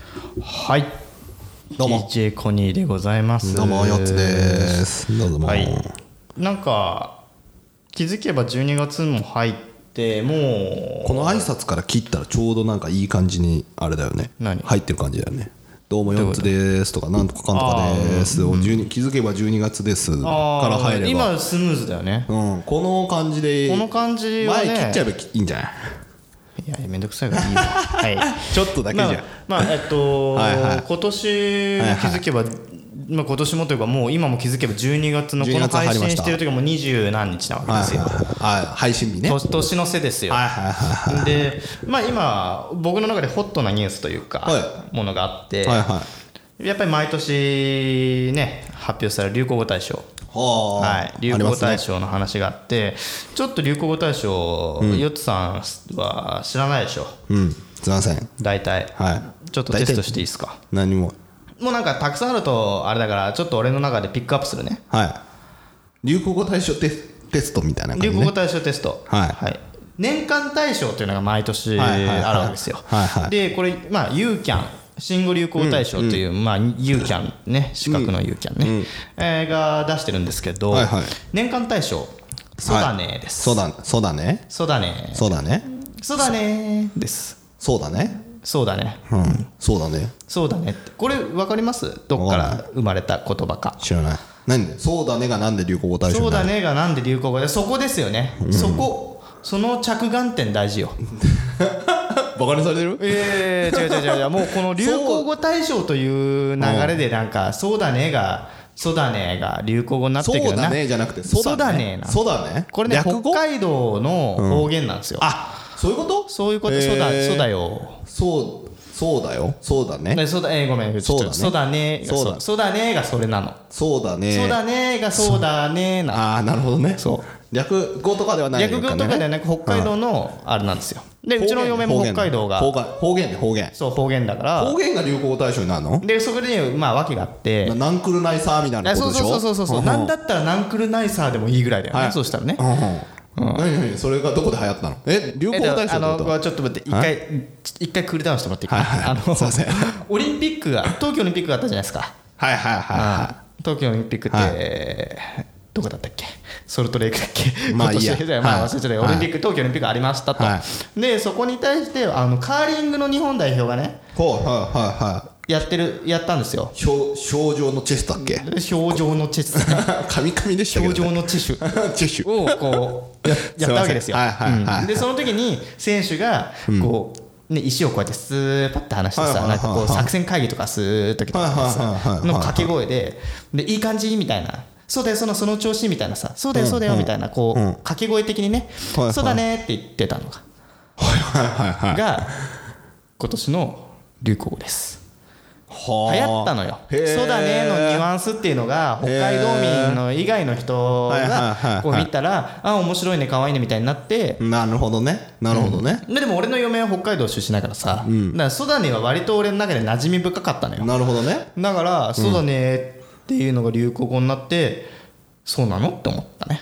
はい、 どうも DJ コニーでございます。 どうもよっつです。どうも。 はい、なんか気づけば12月も入ってもうこの挨拶から切ったらちょうどなんかいい感じにあれだよね。 何入ってる感じだよね。どうもよっつですとかなんとかかんとかですを気づけば12月ですから入れば今スムーズだよね。 この感じでこの感じはね前切っちゃえばいいんじゃない？ いやめんどくさいからいいよはいちょっとだけじゃん。 まあはいはい今年気づけば、まあ、今年もというかもう今も気づけば12月のこの配信してる時はもう20何日なわけですよ。 配信日ね。 年の瀬ですよ。でまあ今僕の中でホットなニュースというかものがあって、やっぱり毎年ね発表される流行語大賞、流行語大賞の話があって、ちょっと流行語大賞、ヨッツさんは知らないでしょ。 すいません。 大体、ちょっとテストしていいですか？ 何ももうなんかたくさんあるとあれだからちょっと俺の中でピックアップするね。 流行語大賞テストみたいな感じね。 流行語大賞テスト、年間大賞というのが毎年あるわけですよ。でこれまあユーキャン新語・流行語大賞という、まあ、ユーキャンね、四角のユーキャンね、が出してるんですけど、年間大賞そうだねです。 そうだねそうだねそうだねそうだねそうだねです。 そうだねそうだねそうだねそうだねって、これ分かります？どっから生まれた言葉か。 知らない。何でそうだねがなんで流行語大賞？ そうだねがなんで流行語で、そこですよね。その着眼点大事よ。 バカにされてる？ 違うもうこの流行語大賞という流れでなんかそうだねが流行語になってるけどな。 そうだねじゃなくてそうだねな。 そうだねこれね北海道の方言なんですよ。 そういうこと？ そういうこと。そうだよ。 そうだよ。そうだね。 ごめん。そうだねがそれなの。 そうだね。 そうだねがそうだねな。 なるほどね。 そう。 略語とかではないのかね。 略語とかではなく北海道のあれなんですよ。でうちの嫁も北海道が方言ね。方言。 そう方言だから。 方言が流行語大賞になるの？でそこでまあ訳があって。 ナンクルナイサーみたいなことでしょ？ そう。なんだったらナンクルナイサーでもいいぐらいだよね。そうしたらね。 何それがどこで流行ったの？流行語大賞ってこと？ ちょっと待って一回クールダウンしてもらっていいかな。 すいません。 オリンピックが東京オリンピックがあったじゃないですか。東京オリンピックってどこだったっけ？ソルトレイクだっけ？ まあいいや。 忘れちゃった。東京オリンピックありましたと。でそこに対してカーリングの日本代表がねやったんですよ。 氷上のチェスだっけ？ 氷上のチェスカミカミでしたけどね。 氷上のチェシュをこうやったわけですよ。でその時に選手がこうね、石をこうやってスーパッて離してさ、なんかこう作戦会議とかする時とかさの掛け声でいい感じみたいな、そうだよその調子みたいなさ、そうだよみたいなこう掛け声的にね、そうだねって言ってたのが今年の流行語です。流行ったのよ。そうだねのニュアンスっていうのが北海道民の以外の人がこう見たら面白いね可愛いねみたいになって。 なるほどね。 でも俺の嫁は北海道出身だからさ、だからそうだねは割と俺の中で馴染み深かったのよ。 なるほどね。 だからそうだねっていうのが流行語になってそうなのって思ったね。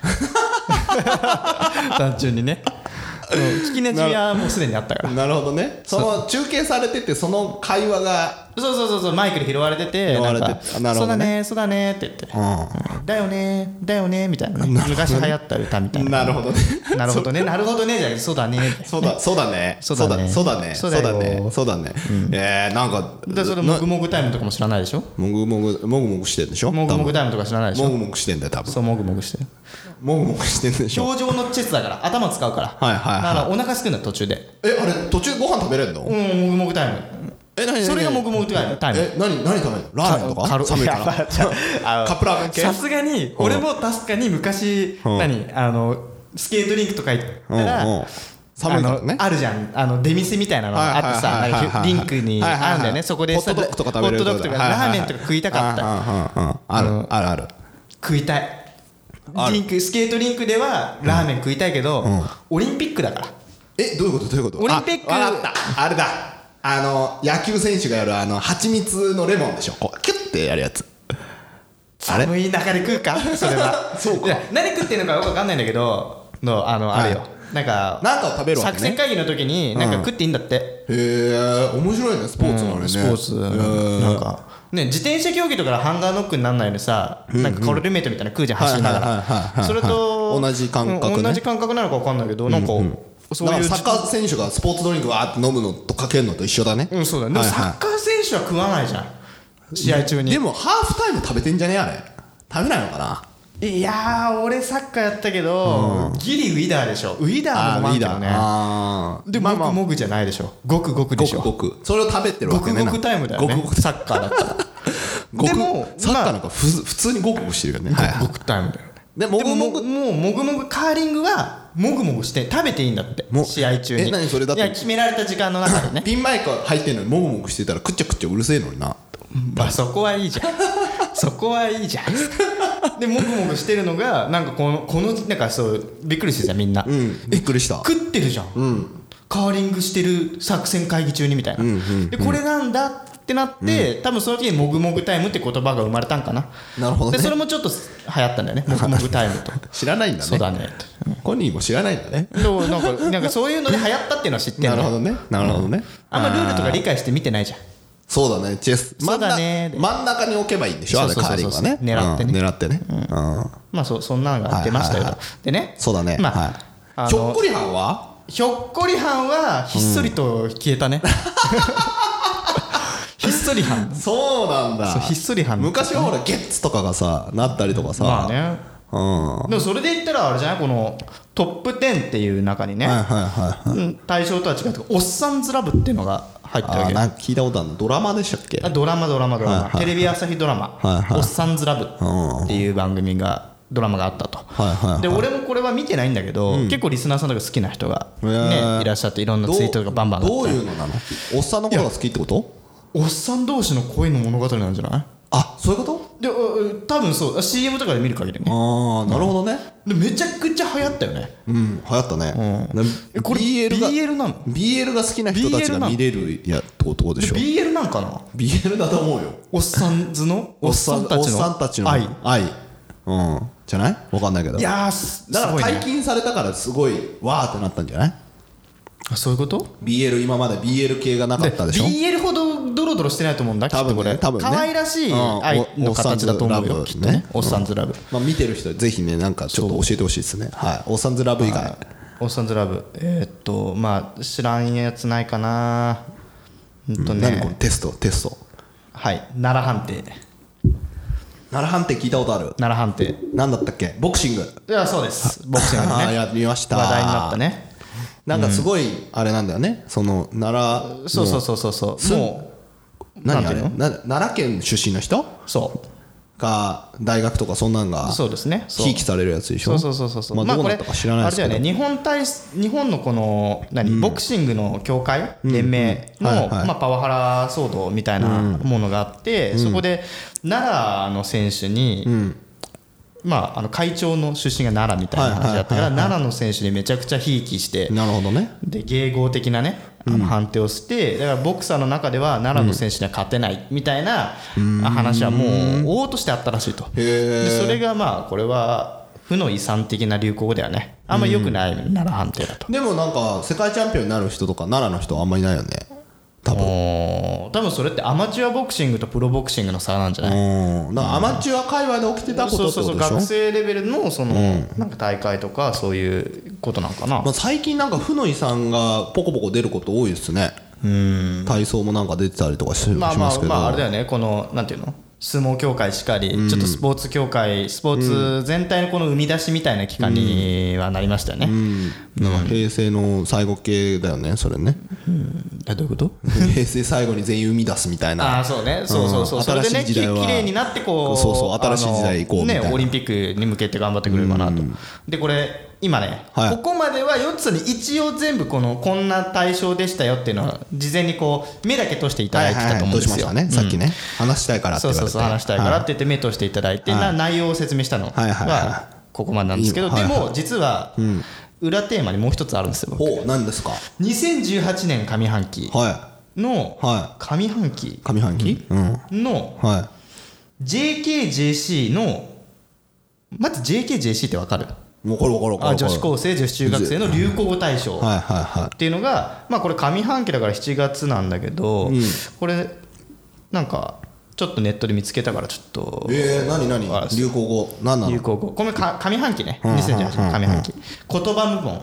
単純にね。聞きなじみはもうすでにあったから。 なるほだその中継されててその会話がそうマイクで拾われててそうだねって言ってだよねみたいなね、昔流行った歌みたいな。 なるほどねじゃなくてそうだねなんかでそれもぐもぐタイムとかも知らないでしょ？ もぐもぐしてんでしょ？ もぐもぐタイムとか知らないでしょ？ もぐもぐしてんだよ多分。 そうもぐもぐしてる。 もぐもぐしてんでしょ？ 表情のチェスだから頭使うから。だからお腹すくんだ途中で。 あれ途中ご飯食べれるの？もぐもぐタイム。それがもぐもぐタイム。 何食べるの？ラーメンとか？寒いからカップラーメン系？ さすがに俺も確かに昔スケートリンクとか行ったら寒いからね。 あるじゃん出店みたいなのがあってさ、リンクにあるんだよね。そこでホットドッグとか食べれる。 ホットドッグとかラーメンとか食いたかった。 ある食いたい。スケートリンクではラーメン食いたいけどオリンピックだから。 どういうことオリンピック。 わかった。あれだ野球選手がやる蜂蜜のレモンでしょ？こうキュッてやるやつ。 寒い中で食うかそれは。そうか。何食ってんのかよく分かんないんだけどあれよなんかを食べるわけね。 作戦会議の時になんか食っていいんだって。 へえ、面白いね、スポーツのあれね。 スポーツなんかね、自転車競技とかハンガーノックにならないのにさ、なんかカロリーメイトみたいな食うじゃん、走りながら。それと同じ感覚ね。 同じ感覚なのか分かんないけど、なんかそういうサッカー選手がスポーツドリンクわーって飲むのとかけるのと一緒だね。 そうだね。でもサッカー選手は食わないじゃん、試合中に。 でもハーフタイム食べてんじゃねあれ。食べないのかな。 いやー、俺サッカーやったけど、ギリウィダーでしょ。ウィダーも飲まんけどね。でももぐもぐじゃないでしょ。ごくごくでしょ。 ごくごく。それを食べてるわけね。 ごくごくタイムだよね。サッカーだったら。 でもサッカーなんか普通にごくごくしてるよね。 ごくごくタイムだよね。 でももぐもぐカーリングはもぐもぐして食べていいんだって、試合中に。 何それだって。 いや、決められた時間の中でね。 ピンマイク入ってんのにもぐもぐしてたらくっちゃくっちゃうるせえのにな。 まあそこはいいじゃん。そこはいいじゃん。でもぐもぐしてるのがなんかこのなんかそうびっくりしてたみんな。 びっくりした。 食ってるじゃん。カーリングしてる作戦会議中にみたいな。でこれなんだってなって、多分その時にもぐもぐタイムって言葉が生まれたんかな。 なるほどね。 でそれもちょっと流行ったんだよね。もぐもぐタイムと。 知らないんだね。 そうだね。 本人も知らないんだね。 なんかそういうので流行ったっていうのは知ってる。 なるほどね。なるほどね。 あんまルールとか理解して見てないじゃん。 そうだね。チェスそうだね。 真ん中に置けばいいんでしょ、あれカーリングはね。 狙ってね。 狙ってね。 まあそんなのが出ましたよと。でね。 そうだね。ひょっこりはんは？ ひょっこりはんはひっそりと消えたね。ひっそりはん。 そうなんだ。 ひっそりはん。 昔はほらゲッツとかがさなったりとかさ。 まあね。でもそれで言ったらあれじゃない、このトップ10っていう中にね、対象とは違っておっさんずラブっていうのが入ったわけ。 なんか聞いたことあるの。ドラマでしたっけ？ ドラマ、テレビ朝日ドラマ、おっさんずラブっていう番組がドラマがあったと。で俺もこれは見てないんだけど、結構リスナーさんとか好きな人がねいらっしゃって、いろんなツイートとかバンバンどういうのなの？おっさんのことが好きってこと？ おっさん同士の恋の物語なんじゃない？ あ、そういうことで、多分そう、 CM とかで見る限りね。 ああ、なるほどね。 でめちゃくちゃ流行ったよね。 流行ったね。 これ BL なの？ BL が好きな人たちが見れるやってことでしょ。 BL なんかな？ BL だと思うよ。 おっさんずのおっさんたちの愛じゃない？分かんないけど。 いやー、 だから解禁されたからすごいわーってなったんじゃない？ そういうこと？ BL 今まで BL 系がなかったでしょ。 BL ほどドロドロしてないと思うんだ。 多分ね。 可愛らしい愛の形だと思うよ、きっとね。おっさんずラブ。 まあ見てる人ぜひね、なんかちょっと教えてほしいですね。はい。おっさんずラブ以外。 おっさんずラブ。まあ知らんやつないかな。 何これ？テスト。 はい。奈良判定。 奈良判定聞いたことある。 奈良判定。 何だったっけ？ボクシング。 いや、そうです。ボクシングね。 やりました。 話題になったね。 なんかすごいあれなんだよね。その奈良。 そう。もう何あれ？奈良県出身の人？ そうが大学とかそんなんがそうですね。 ひいきされるやつでしょ。 そう。 まあどうなったか知らないですけど。 あれだよね。日本のこのボクシングの協会連盟のまあパワハラ騒動みたいなものがあって、そこで奈良の選手にまあ会長の出身が奈良みたいな話だったから奈良の選手にめちゃくちゃひいきして、 なるほどね。 で迎合的なね判定をして、だからボクサーの中では奈良の選手には勝てないみたいな話はもう往々としてあったらしいと。でそれがまあこれは負の遺産的な流行語ではね、あんまり良くない奈良判定だと。 でもなんか世界チャンピオンになる人とか奈良の人はあんまりいないよね。多分それってアマチュアボクシングとプロボクシングの差なんじゃない？だからアマチュア界隈で起きてたことってことでしょ。そう学生レベルのそのなんか大会とかそういうことなんかな。まあ最近なんか負の遺産がポコポコ出ること多いですね。体操もなんか出てたりとかしますけど。 まああれだよね、このなんていうの、相撲協会しかり、ちょっとスポーツ協会、スポーツ全体のこの生み出しみたいな期間にはなりましたよね。 平成の最後系だよね、それね。 どういうこと？ 平成最後に全員生み出すみたいな。 そうね。そうそれでね、きれいになってこう、 新しい時代行こうみたいな。 オリンピックに向けて頑張ってくれるかなと。でこれ今ね、ここまでは4つに一応全部こんな対象でしたよっていうのは事前にこう目だけ通していただいてたと思うんですよ。 どうしましたね、さっきね。話したいからって言われて。 そう話したいからって言って目通していただいて、内容を説明したのがここまでなんですけど、でも実は裏テーマにもう一つあるんですよ。 何ですか ？2018年上半期の上半期の JKJC の、まず JKJC ってわかる？ わかる女子高生女子中学生の流行語大賞っていうのがまあこれ上半期だから7月なんだけど、これなんかちょっとネットで見つけたからちょっと何流行語何なの？ 流行語これ上半期ね2018年上半期言葉部門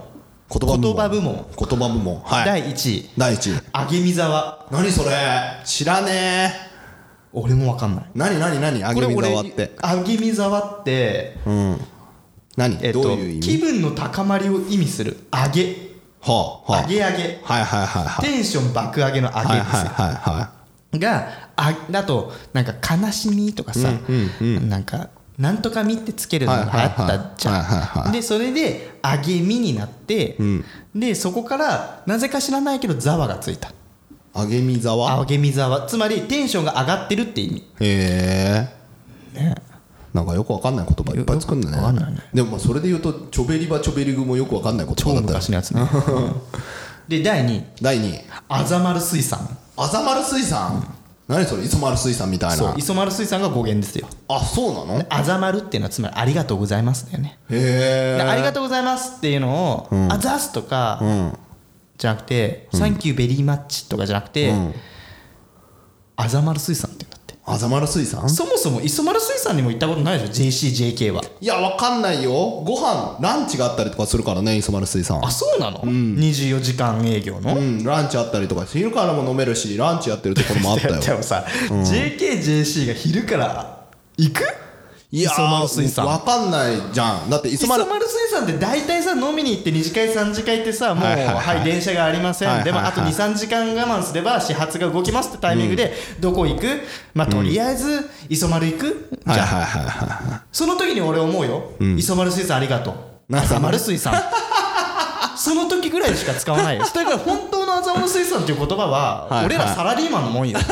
第1位あげみざわ。 何それ知らねえ。 俺も分かんない。 何あげみざわってあげみざわって何どういう意味？ 気分の高まりを意味するあげあげテンション爆上げのあげですよがだとなんか悲しみとかさなんかなんとかみってつけるのが流行ったじゃん。でそれであげみになって、でそこからなぜか知らないけどざわがついた。 あげみざわつまりテンションが上がってるって意味。 へえ、ね、なんかよくわかんない言葉いっぱい作るんだね。でもまあそれで言うとチョベリバチョベリグもよくわかんない言葉だったよ。 超昔のやつねで第2位あざまる水産。何それ？磯丸水産みたいな。 そう磯丸水産が語源ですよ。 あ、そうなの？ あざまるっていうのはつまりありがとうございますだよね。 へえ。 ありがとうございますっていうのを、あざすとか、じゃなくて、サンキューベリーマッチとかじゃなくて、あざまる水産って言うんだって。 あざまる水産？ そもそも磯丸水産にも行ったことないでしょ JCJK は。 いやわかんないよ。ご飯ランチがあったりとかするからね磯丸水産。 あ、そうなの、24時間営業の、 ランチあったりとか昼からも飲めるしランチやってるところもあったよでもさ、JKJC が昼から行く？磯丸水産わかんないじゃん。だって磯丸水産って大体さ飲みに行って2次会3次会ってさもうはい電車がありません、でもあと 2,3 時間我慢すれば始発が動きますってタイミングでどこ行く？まあとりあえず磯丸行く？じゃあその時に俺思うよ、磯丸水産ありがとうあざまる水産その時ぐらいしか使わないよ。だから本当のあざまる水産っていう言葉は俺らサラリーマンのもんよ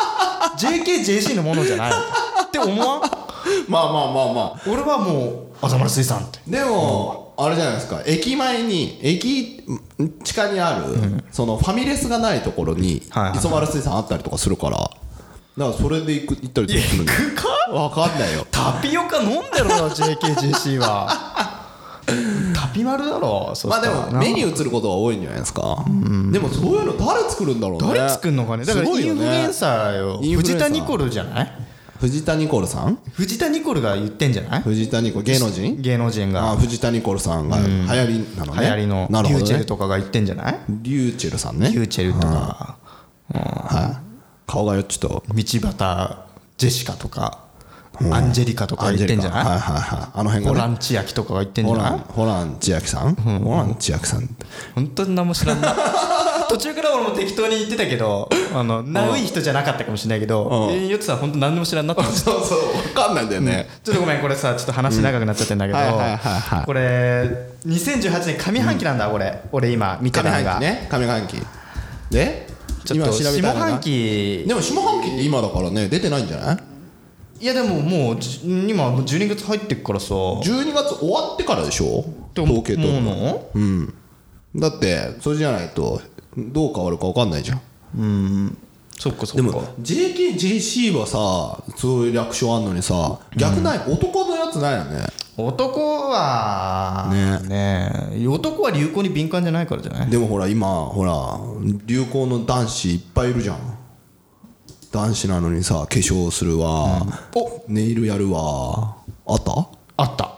JKJC のものじゃないって思わん？ まあ俺はもうあざまる水産って。 でもあれじゃないですか、駅前に駅地下にある、そのファミレスがないところに磯丸水産あったりとかするから、だからそれで行ったりとかするんだよ。行くか？わかんないよ。 タピオカ飲んでるな JKJC はタピマルだろ。 まあでも目に映ることが多いんじゃないですか。でもそういうの誰作るんだろうね。 誰作るのかね。だからインフルエンサーよ。藤田ニコルじゃない？ 藤田ニコルさん？ 藤田ニコルが言ってんじゃない？ 藤田ニコル芸能人が藤田ニコルさんが流行りなのね。 流行りのリューチェルとかが言ってんじゃない？ リューチェルさんね。 リューチェルとか顔がよちょっと道端ジェシカとかアンジェリカとか言ってんじゃない？ あの辺がホラン千秋とかが言ってんじゃない？ ホラン千秋さん？ホラン千秋さん本当に何も知らんな途中から俺も適当に言ってたけどナウい人じゃなかったかもしれないけどヨッツさん本当何でも知らんなってそう分かんないんだよね。 ちょっとごめんこれさちょっと話長くなっちゃってんだけどこれ2018年上半期なんだ俺今見てるのが上半期でちょっと下半期でも下半期って今だからね出てないんじゃない？ いやでももう今12月入ってっからさ 12月終わってからでしょ統計とだってそれじゃないとどう変わるか分かんないじゃん。 そっかでも JKJC はさそういう略称あんのにさ逆ない、男のやつないよね。 男はね男は流行に敏感じゃないからじゃない？ でもほら今流行の男子いっぱいいるじゃん。男子なのにさ化粧するわ、ネイルやるわあった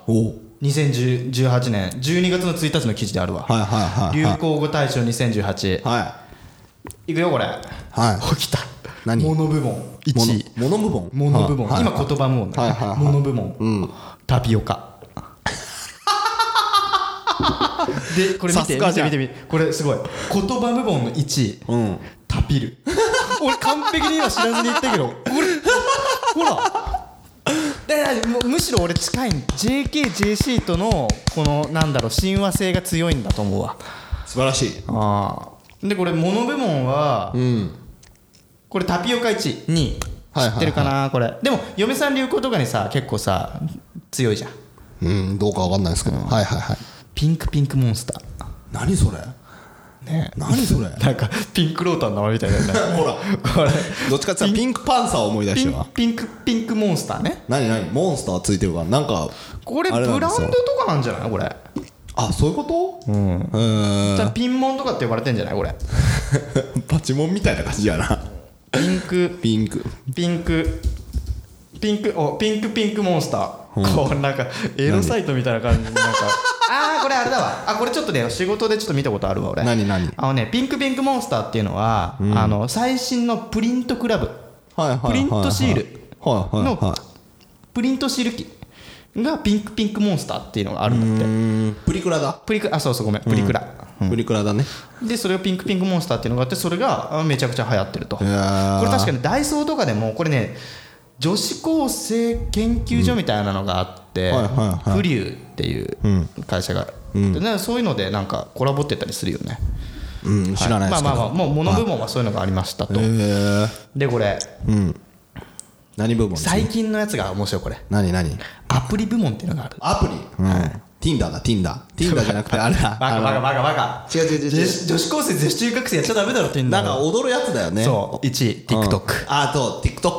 2018年12月の1日の記事であるわ。流行語大賞2018いくよこれ。起きた。モノ部門1位。 モノ部門今言葉部門だね。モノ部門タピオカでこれ見てこれすごい言葉部門の1位タピル俺完璧に今知らずに言ったけどほらむしろ俺近い JKJC とのこのなんだろう親和性が強いんだと思うわ。 素晴らしい。 でこれモノ部門はこれタピオカ1位2位知ってるかなこれ。でも嫁さん流行とかにさ結構さ強いじゃん。 どうかわかんないですけどピンクモンスター。 何それ？ ね、 何それなんかピンクローターの名前みたいだよねほらこれどっちかっていうとピンクパンサーを思い出したわ。 ピンクモンスターね。 何モンスターついてるからなんかこれブランドとかなんじゃないこれ。 あ、そういうこと？ じゃあピンモンとかって呼ばれてんじゃないこれパチモンみたいな感じやな。ピンクモンスター、こうなんかエロサイトみたいな感じでなんかこれあれだわ。これちょっとね仕事でちょっと見たことあるわ俺。 何ピンクモンスターっていうのは、最新のプリントクラブ、プリントシールのプリントシール機がピンクモンスターっていうのがあるんだって。 プリクラだ。 そうごめん、プリクラ、 プリクラだね。 でそれをピンクモンスターっていうのがあって、それがめちゃくちゃ流行ってると。これ確かにダイソーとかでもこれね女子高生研究所みたいなのがあって、フリューっていう会社が、でそういうのでなんかコラボってたりするよね。 知らないですけど、 もうモノ部門はそういうのがありましたと。でこれ、 何部門？ 最近のやつが面白い。これ何アプリ部門っていうのがある。 アプリ、Tinder だ。Tinder じゃなくてあれだ。 バカ違う女子高生女子中学生やっちゃダメだろ。 Tinder なんか踊るやつだよね。 そう、1位 TikTok。 あと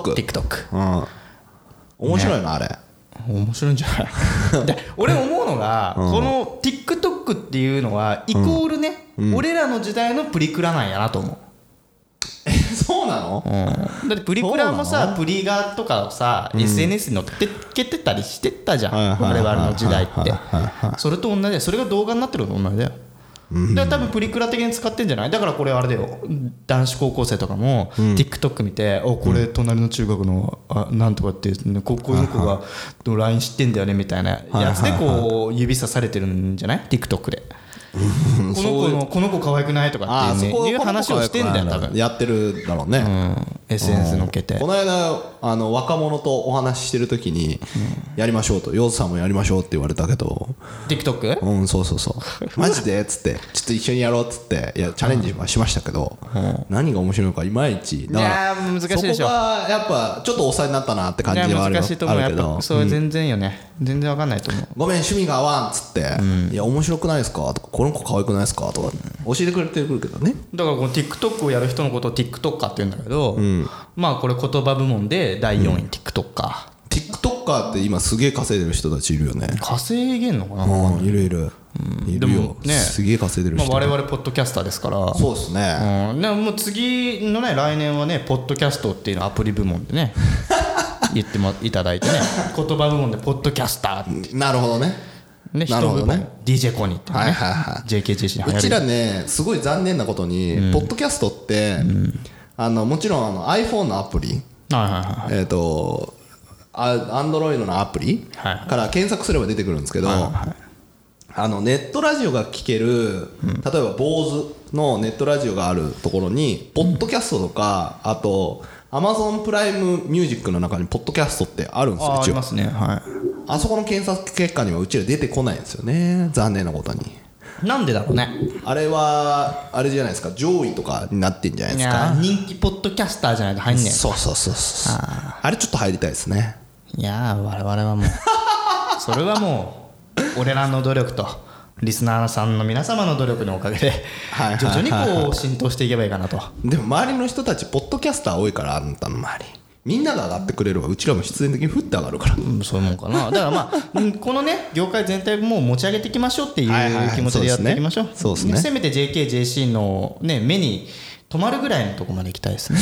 TikTok。面白いなあれ。 面白いんじゃないで俺思うのが、この TikTok っていうのはイコールね、俺らの時代のプリクラなんやなと思う。 そうなの？ だってプリクラもさ、プリガとかさ、SNS に載っけてたりしてたじゃん、我々の時代って。それと同じで、それが動画になってるのと同じだよ。だから多分プリクラ的に使ってんじゃない。だからこれあれだよ、男子高校生とかも TikTok 見て、これ隣の中学のなんとかってこの子が LINE 知ってんだよねみたいなやつでこう指さされてるんじゃない TikTok で。この子可愛くないとかっていう話をしてんだよ多分。 やってるだろうね、 SNS のっけて。 この間若者とお話ししてる時にやりましょうと、ヨウさんもやりましょうって言われたけど TikTok？ そうマジでっつってちょっと一緒にやろうっつってチャレンジはしましたけど、何が面白いのかいまいち。だから難しいでしょ。 そこがやっぱちょっと抑えになったなって感じはある難しいと思う。やっぱそれ全然よね、全然わかんないと思う。 ごめん趣味が合わんっつって、いや面白くないですかとか、この子可愛くないですかとか教えてくれてくるけどね。 だからこの TikTok をやる人のことを TikToker って言うんだけど、まあこれ言葉部門で第4位 TikToker。TikToker って今すげえ稼いでる人たちいるよね。 稼げんのかな。 いるでもね、すげえ稼いでる人。 我々ポッドキャスターですから。 そうですね。 でももう次のね来年はねポッドキャストっていうのアプリ部門でね言っていただいてね、言葉部門でポッドキャスターって。 なるほどね。 人部門 DJ コニーってね、JKJC に流行る。 うちらねすごい残念なことに、ポッドキャストって、もちろんiPhone のアプリ、Android のアプリから検索すれば出てくるんですけど、ネットラジオが聴ける、例えば坊主のネットラジオがあるところにポッドキャストとか、あと Amazon プライムミュージックの中にポッドキャストってあるんですよ。 ありますね。 あそこの検索結果にはうちら出てこないんですよね、残念なことに。 なんでだろうね。 あれはあれじゃないですか、上位とかになってんじゃないですか。 人気ポッドキャスターじゃないと入んねえ。 そうあれちょっと入りたいですね。 いや我々はもうそれはもう俺らの努力とリスナーさんの皆様の努力のおかげで徐々にこう浸透していけばいいかなと。 でも周りの人たちポッドキャスター多いから、あんたの周りみんなが上がってくれればうちらも必然的に降って上がるから、 そういうもんかな。だからまあこのね業界全体もう持ち上げていきましょうっていう気持ちでやっていきましょう。 そうですね。 せめて JKJC のね目に留まるぐらいのとこまで行きたいですね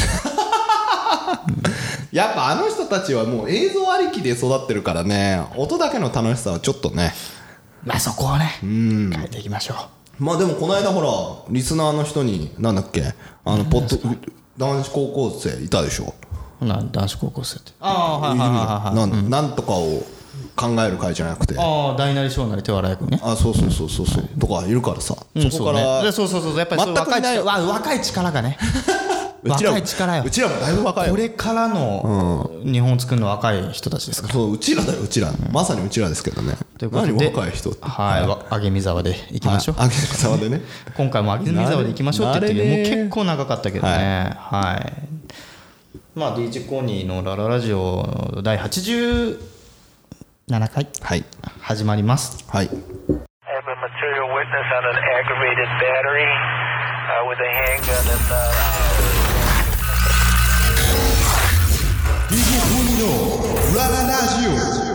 やっぱあの人たちはもう映像ありきで育ってるからね、音だけの楽しさはちょっとね、 まあそこをね変えていきましょう。 まあでもこの間ほらリスナーの人になんだっけ男子高校生いたでしょ。 男子高校生ってなんとかを考える会じゃなくて、 大なり小なり手を洗いくね。 そうとかいるからさ、そこからそうやっぱり若い力がね若い力よ。 うちらもだいぶ若いよ。 これからの日本を作るの若い人たちですから。 そううちらだよ、うちらまさにうちらですけどね。何若い人って。 上見沢で行きましょう。 上見沢でね。 今回も上見沢で行きましょうって言ってもう結構長かったけどね。まあ DJ コニーのラララジオ第87回始まります。 はい。 with a handgun and DJ トニーのラララジ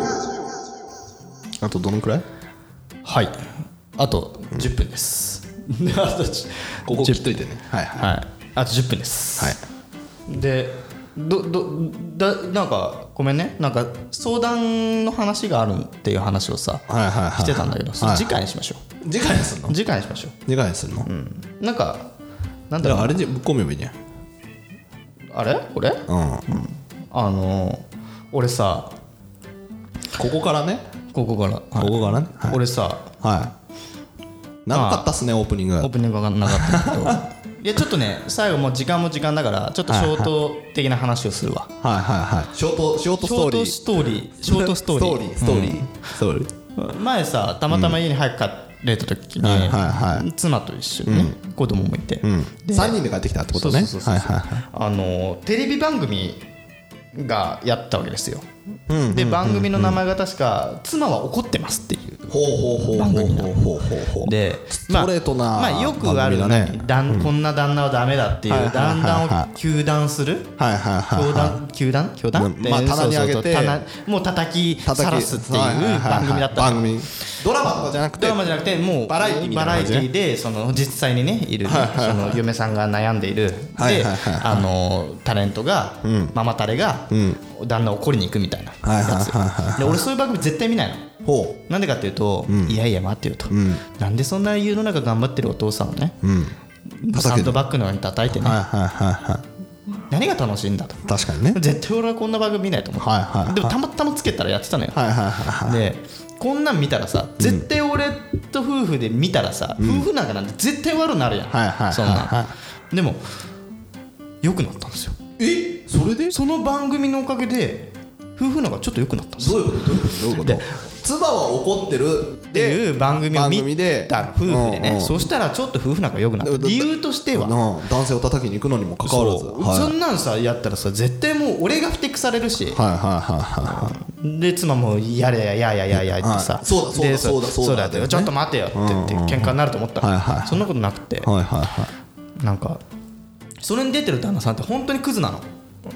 オ。あとどのくらい？ はい、あと10分です。 ここ切っといてね。はいはい、 はい、あと10分です。 はい。 でなんかごめんね、なんか相談の話があるっていう話をさ、してたんだけど、それ次回にしましょう。 次回にするの？ 次回にしましょう。 次回にするの？ なんかなんだろう、 あれでぶっ込めばいいね。 あれこれ？俺さ、 ここからね。 ここからね。俺さ、 長かったっすね、オープニング。 オープニングが長かったけどいやちょっとね、最後もう時間だからちょっとショート的な話をするわ。 ショートストーリー。 前さ、たまたま家に早く帰れた時に妻と一緒にね、子供もいて、 3人で帰ってきたってことね。 テレビ番組がやったわけですよ。で番組の名前が確か妻は怒ってますっていう番組で、 ストレートなよくあるね、こんな旦那はダメだっていう旦那を糾弾する、糾弾棚に上げてもう叩きさらすっていう番組だったの。 ドラマとかじゃなくてもうバラエティーで、その実際にねいるその嫁さんが悩んでいるで、タレントがママタレが旦那を怒りに行くみたいなやつで、俺そういう番組絶対見ないの。なんでかっていうと、いやいや待ってよと、なんでそんな世の中頑張ってるお父さんをね、サンドバッグのように叩いてね、何が楽しいんだと。 確かにね、 絶対俺はこんな番組見ないと思う。でもたまたまつけたらやってたのよ。でこんなん見たらさ、絶対俺と夫婦で見たらさ、夫婦仲なんて絶対悪くなるやん、そんな。でも良くなったんですよ。 それでその番組のおかげで夫婦仲ちょっと良くなったんですよ。 どういうこと妻は怒ってるっていう番組を見た夫婦でね、そしたらちょっと夫婦仲良くなった。理由としては男性を叩きに行くのにもかかわらず、 そんなんさやったらさ、絶対もう俺がふてくされるし、で妻もやれやってさ、そうだよちょっと待てよって言って喧嘩になると思ったら、そんなことなくて、なんかそれに出てる旦那さんって本当にクズなの。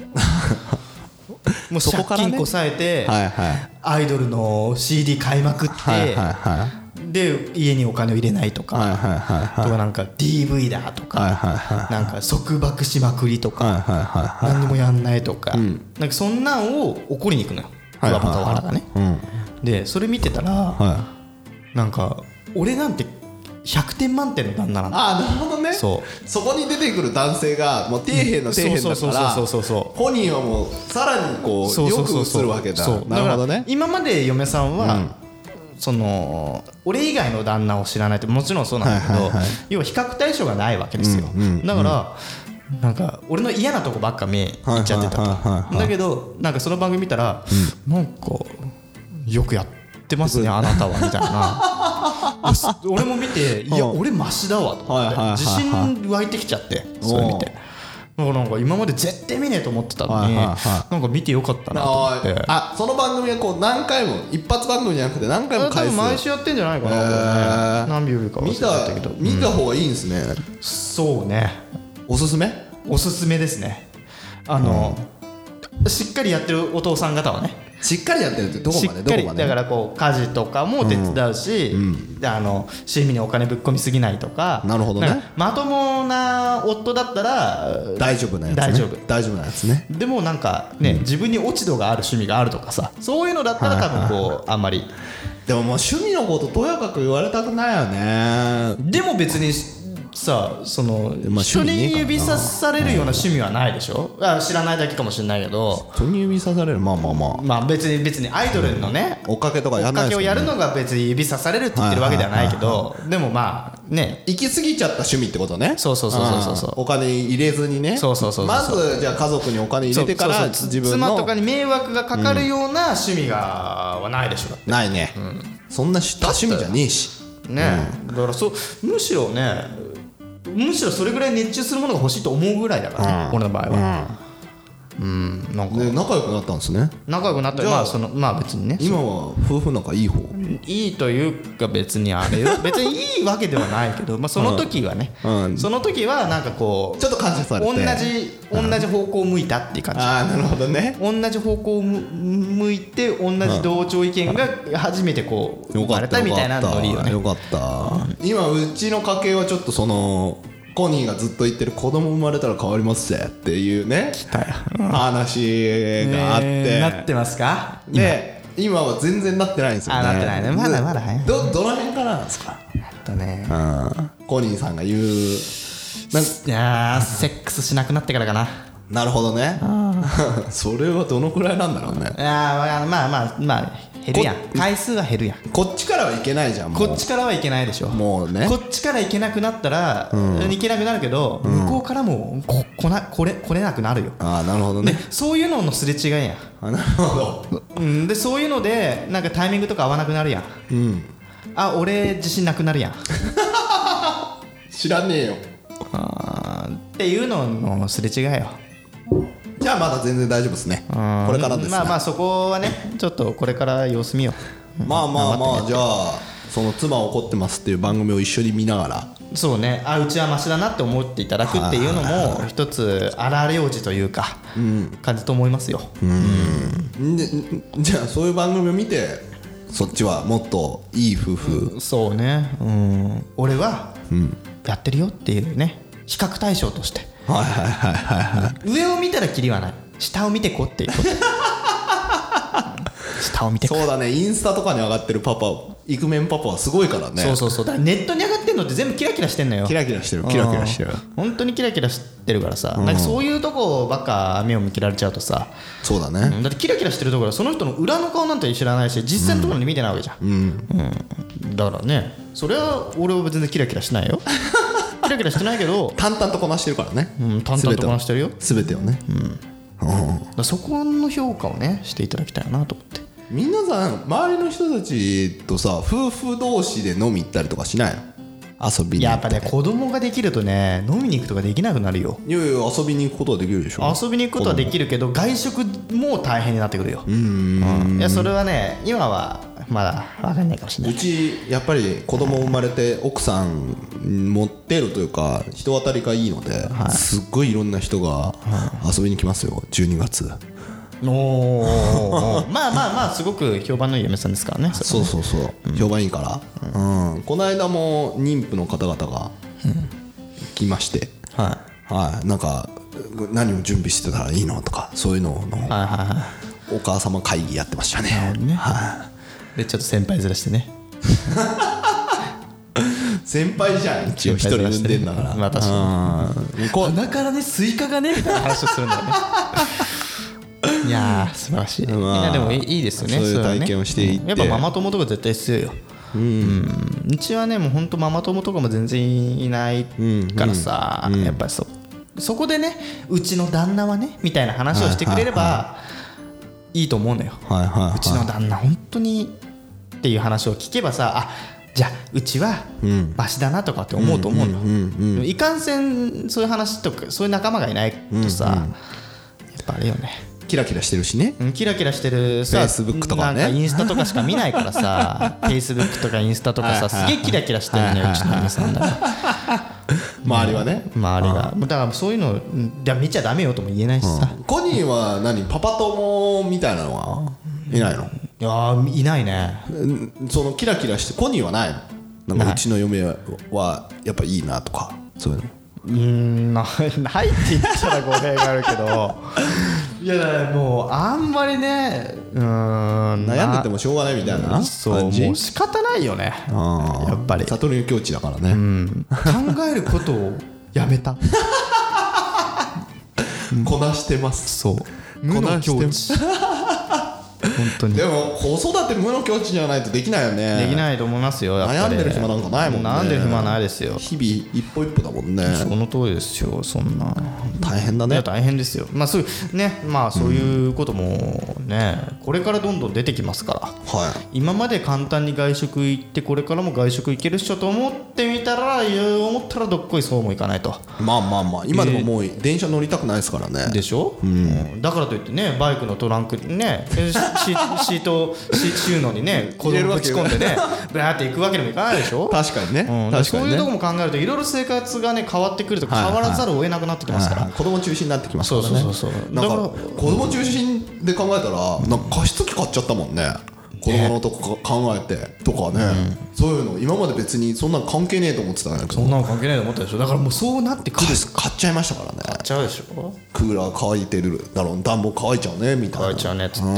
もう借金こさえてアイドルの CD 買いまくって、で家にお金を入れないとか、なんか DV だとか、なんか束縛しまくりとか、何にもやんないとか、なんかそんなんを怒りに行くのよ、桑畑原がね。でそれ見てたら、なんか俺なんて100点満点の旦那なんだ。 なるほどね。そこに出てくる男性がもう底辺の底辺だから、本人はもうさらにこうよくするわけだ。なるほどね。 今まで嫁さんは、その俺以外の旦那を知らないって、もちろんそうなんだけど、要は比較対象がないわけですよ。だからなんか俺の嫌なとこばっか目いっちゃってたと。だけどなんかその番組見たら、なんかよくやってますねあなたはみたいな。俺も見て、いや俺マシだわと思って、自信湧いてきちゃって、それ見て。だからなんか今まで絶対見ねえと思ってたのに、なんか見てよかったなと思って。 その番組はこう何回も一発番組じゃなくて何回も返す。 毎週やってんじゃないかな。何秒か忘れちゃったけど、 見た方がいいんですね。 そうね、 おすすめですね。しっかりやってるお父さん方はね、 しっかりやってるってどこまでだからこう家事とかも手伝うし、趣味にお金ぶっ込みすぎないとか。 なるほどね。 まともな夫だったら大丈夫なやつね。 でもなんかね、自分に落ち度がある趣味があるとかさ、そういうのだったら多分こうあんまり。 でももう趣味のこととやかく言われたくないよね。 でも別にさ、その人に指さされるような趣味はないでしょ。知らないだけかもしれないけど、 人に指さされる、まあ別にアイドルのね、 追っかけとかやんないですよね。 追っかけをやるのが別に指さされるって言ってるわけではないけど、でもまあね、 行き過ぎちゃった趣味ってことね。 そうお金入れずにね。まずじゃあ家族にお金入れてから自分の妻とかに迷惑がかかるような趣味はないでしょ。 ないね。そんな多趣味じゃねえしね。だからむしろそれぐらい熱中するものが欲しいと思うぐらいだから、俺の場合は。 なんかで仲良くなったんですね。 仲良くなったらまあ別にね今は夫婦仲いい方。 いいというか別にあれよ別にいいわけではないけど、まあ、その時はね、その時はなんかこうちょっと感謝されて同じ方向を向いたっていう感じ。 ああなるほどね。 同じ方向を向いて同じ同調意見が初めてこう生まれたみたいなノリよね。 よかった。今うちの家系はちょっとそのコニーがずっと言ってる子供生まれたら変わりますぜっていうね話があってなってますか。 で今は全然なってないんですよね。 なってないね。まだまだ早い。 どの辺からなんですか。 ねコニーさんが言ういやセックスしなくなってからかな。 なるほどね。それはどのくらいなんだろうね。 いやまあ減るやん。回数は減るやん。 こっちからはいけないじゃん。 こっちからはいけないでしょ。 もうねこっちからいけなくなったらいけなくなるけど、向こうからも来れなくなるよ。 ああなるほどね。 そういうののすれ違いやん。 なるほど。でそういうのでなんかタイミングとか合わなくなるやん。あ俺自信なくなるやん。 知らねえよ。 っていうののすれ違いよ。 じゃあまだ全然大丈夫ですね。これからですね。 まあそこはねちょっとこれから様子見よう。 まあじゃあその妻怒ってますっていう番組を一緒に見ながらそうねうちはマシだなって思っていただくっていうのも一つ荒療治というか感じと思いますよ。 じゃあそういう番組を見てそっちはもっといい夫婦そうね俺はやってるよっていうね比較対象として上を見たらキリはない下を見てこっていうこと下を見てこそうだね。インスタとかに上がってるパパイクメンパパはすごいからね。 そうだからネットに上がってんのって全部キラキラしてんのよ。 キラキラしてる本当にキラキラしてるからさなんかそういうとこばっか目を向けられちゃうとさそうだね。 だってキラキラしてるところはその人の裏の顔なんて知らないし実際のところに見てないわけじゃん。だからねそれは俺は全然キラキラしてないよ。キラキラしてないけど淡々とこなしてるからね。 淡々とこなしてるよ全てをね。 だそこの評価をねしていただきたいなと思って。 皆さん周りの人たちとさ夫婦同士で飲み行ったりとかしないの？遊びにやっぱね子供ができるとね飲みに行くとかできなくなるよ。 いや遊びに行くことはできるでしょ。 遊びに行くことはできるけど外食も大変になってくるよ。いやそれはね今はまだ分かんないかもしれない。 うちやっぱり子供生まれて奥さん持ってるというか人当たりがいいので、すっごいいろんな人が遊びに来ますよ12月。 まあすごく評判のいい嫁さんですからね。 そう評判いいから、この間も妊婦の方々が来まして、なんか何を準備してたらいいのとかそういうののお母様会議やってましたね。 でちょっと先輩ずらしてね。 先輩じゃん一応一人産んでんだから。 まあ確かに鼻からねスイカがねみたいな話をするんだよね。いや素晴らしい。いやでもいいですよね。 そういう体験をしていってやっぱママ友とか絶対必要よ。うちはねもうほんとママ友とかも全然いないからさやっぱりそこでねうちの旦那はねみたいな話をしてくれればいいと思うのよ。うちの旦那本当にっていう話を聞けばさじゃあうちはマシだなとかって思うと思うの。いかんせんそういう話とかそういう仲間がいないとさやっぱあれよね。 キラキラしてるしね。 キラキラしてるさ Facebook とかねなんかインスタとかしか見ないからさFacebook とかインスタとかさすげえキラキラしてるねうちの嫁さんだから周りはね周りがだからそういうの見ちゃダメよとも言えないしさ。 コニーは何パパ友みたいなのはいないの？ いやいないね。 そのキラキラしてコニーはないの？なんかうちの嫁はやっぱいいなとかそういうのないって言ったら語弊があるけどいやだからもうあんまりね悩んでてもしょうがないみたいな感じ。 そうもう仕方ないよねやっぱり悟りの境地だからね。 考えることをやめた。 こなしてます。 そう無の境地本当に。 でも子育て無の境地じゃないとできないよね。 できないと思いますよやっぱり。 悩んでる暇なんかないもんね。 悩んでる暇はないですよ。 日々一歩一歩だもんね。 その通りですよ。そんな大変だね。 いや大変ですよ。まあそういうね、まあそういうこともね、これからどんどん出てきますから、はい、今まで簡単に外食行ってこれからも外食行けるっしょと思ってみたら、思ったらどっこいそうもいかないと。 まあ今でももう電車乗りたくないですからね。 でしょ、だからといってね、バイクのトランクにねシート収納にね子供ぶち込んでねブラーって行くわけにもいかないでしょ。 確かにね、確かにね。 そういうとこも考えるといろいろ生活がね変わってくると変わらざるを得なくなってきますから、 子供中心になってきますからね。そうなんか子供中心で考えたらなんか加湿器買っちゃったもんね、子供のとこ考えてとかね、そういうの今まで別にそんなの関係ねえと思ってたんだけど、 そんなの関係ねえと思ったでしょ。だからもうそうなってくる。 買っちゃいましたからね。 買っちゃうでしょ。 クーラー乾いてるだろう、暖房乾いちゃうねみたいな。 乾いちゃうねっつって、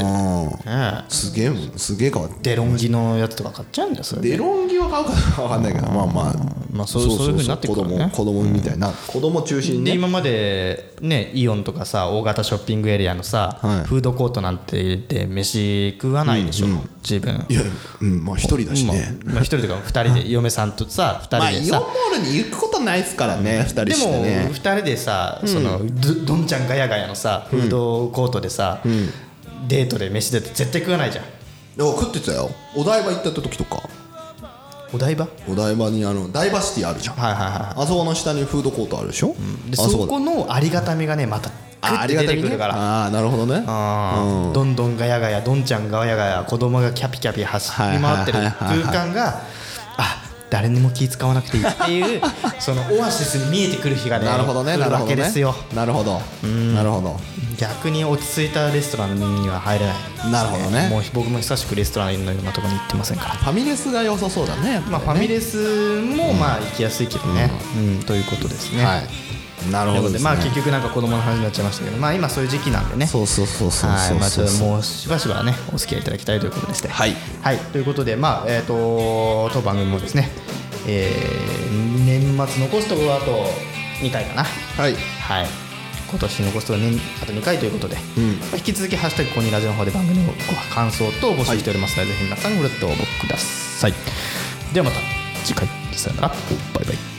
すげえ変わって。 デロンギのやつとか買っちゃうんだよ。それデロンギは買うか分かんないけど、まあそういう風になってくるね。 子供みたいな、子供中心で今までねイオンとかさ大型ショッピングエリアのさ、フードコートなんてで飯食わないでしょ、自分。 いやまあ一人だしね、 一人とか二人で嫁さんとさ二人でさ、 イオンモールに行くことないですからね、二人してね。 でも二人でさ、そのどんちゃんガヤガヤのさフードコートでさ、デートで飯出て絶対食わないじゃん。 食ってたよ。お台場行った時とか。 お台場にダイバーシティあるじゃん、あそこの下にフードコートあるでしょ、 でそこのありがたみがねまたグッて出てくるから。 なるほどね。 どんどんガヤガヤどんちゃんガヤガヤ子供がキャピキャピ走り回ってる空間が誰にも気使わなくていいっていうそのオアシスに見えてくる日がね来るわけですよ。 なるほど。 逆に落ち着いたレストランには入れない。 なるほどね。 もう僕も久しくレストランのようなところに行ってませんから。 ファミレスが良さそうだね。 ファミレスも行きやすいけどね、ということですね。 なるほどですね。 結局なんか子供の話になっちゃいましたけど、今そういう時期なんでね。 そうちょっともうしばしばねお付き合いいただきたいということでして、ということで当番組もですね、年末残すところあと2回かな。今年残すところあと2回ということで、引き続きハッシュタグコニラジの方で番組の感想と募集しておりますので、ぜひ皆さんごレッド応募ください。ではまた次回、さよなら、バイバイ。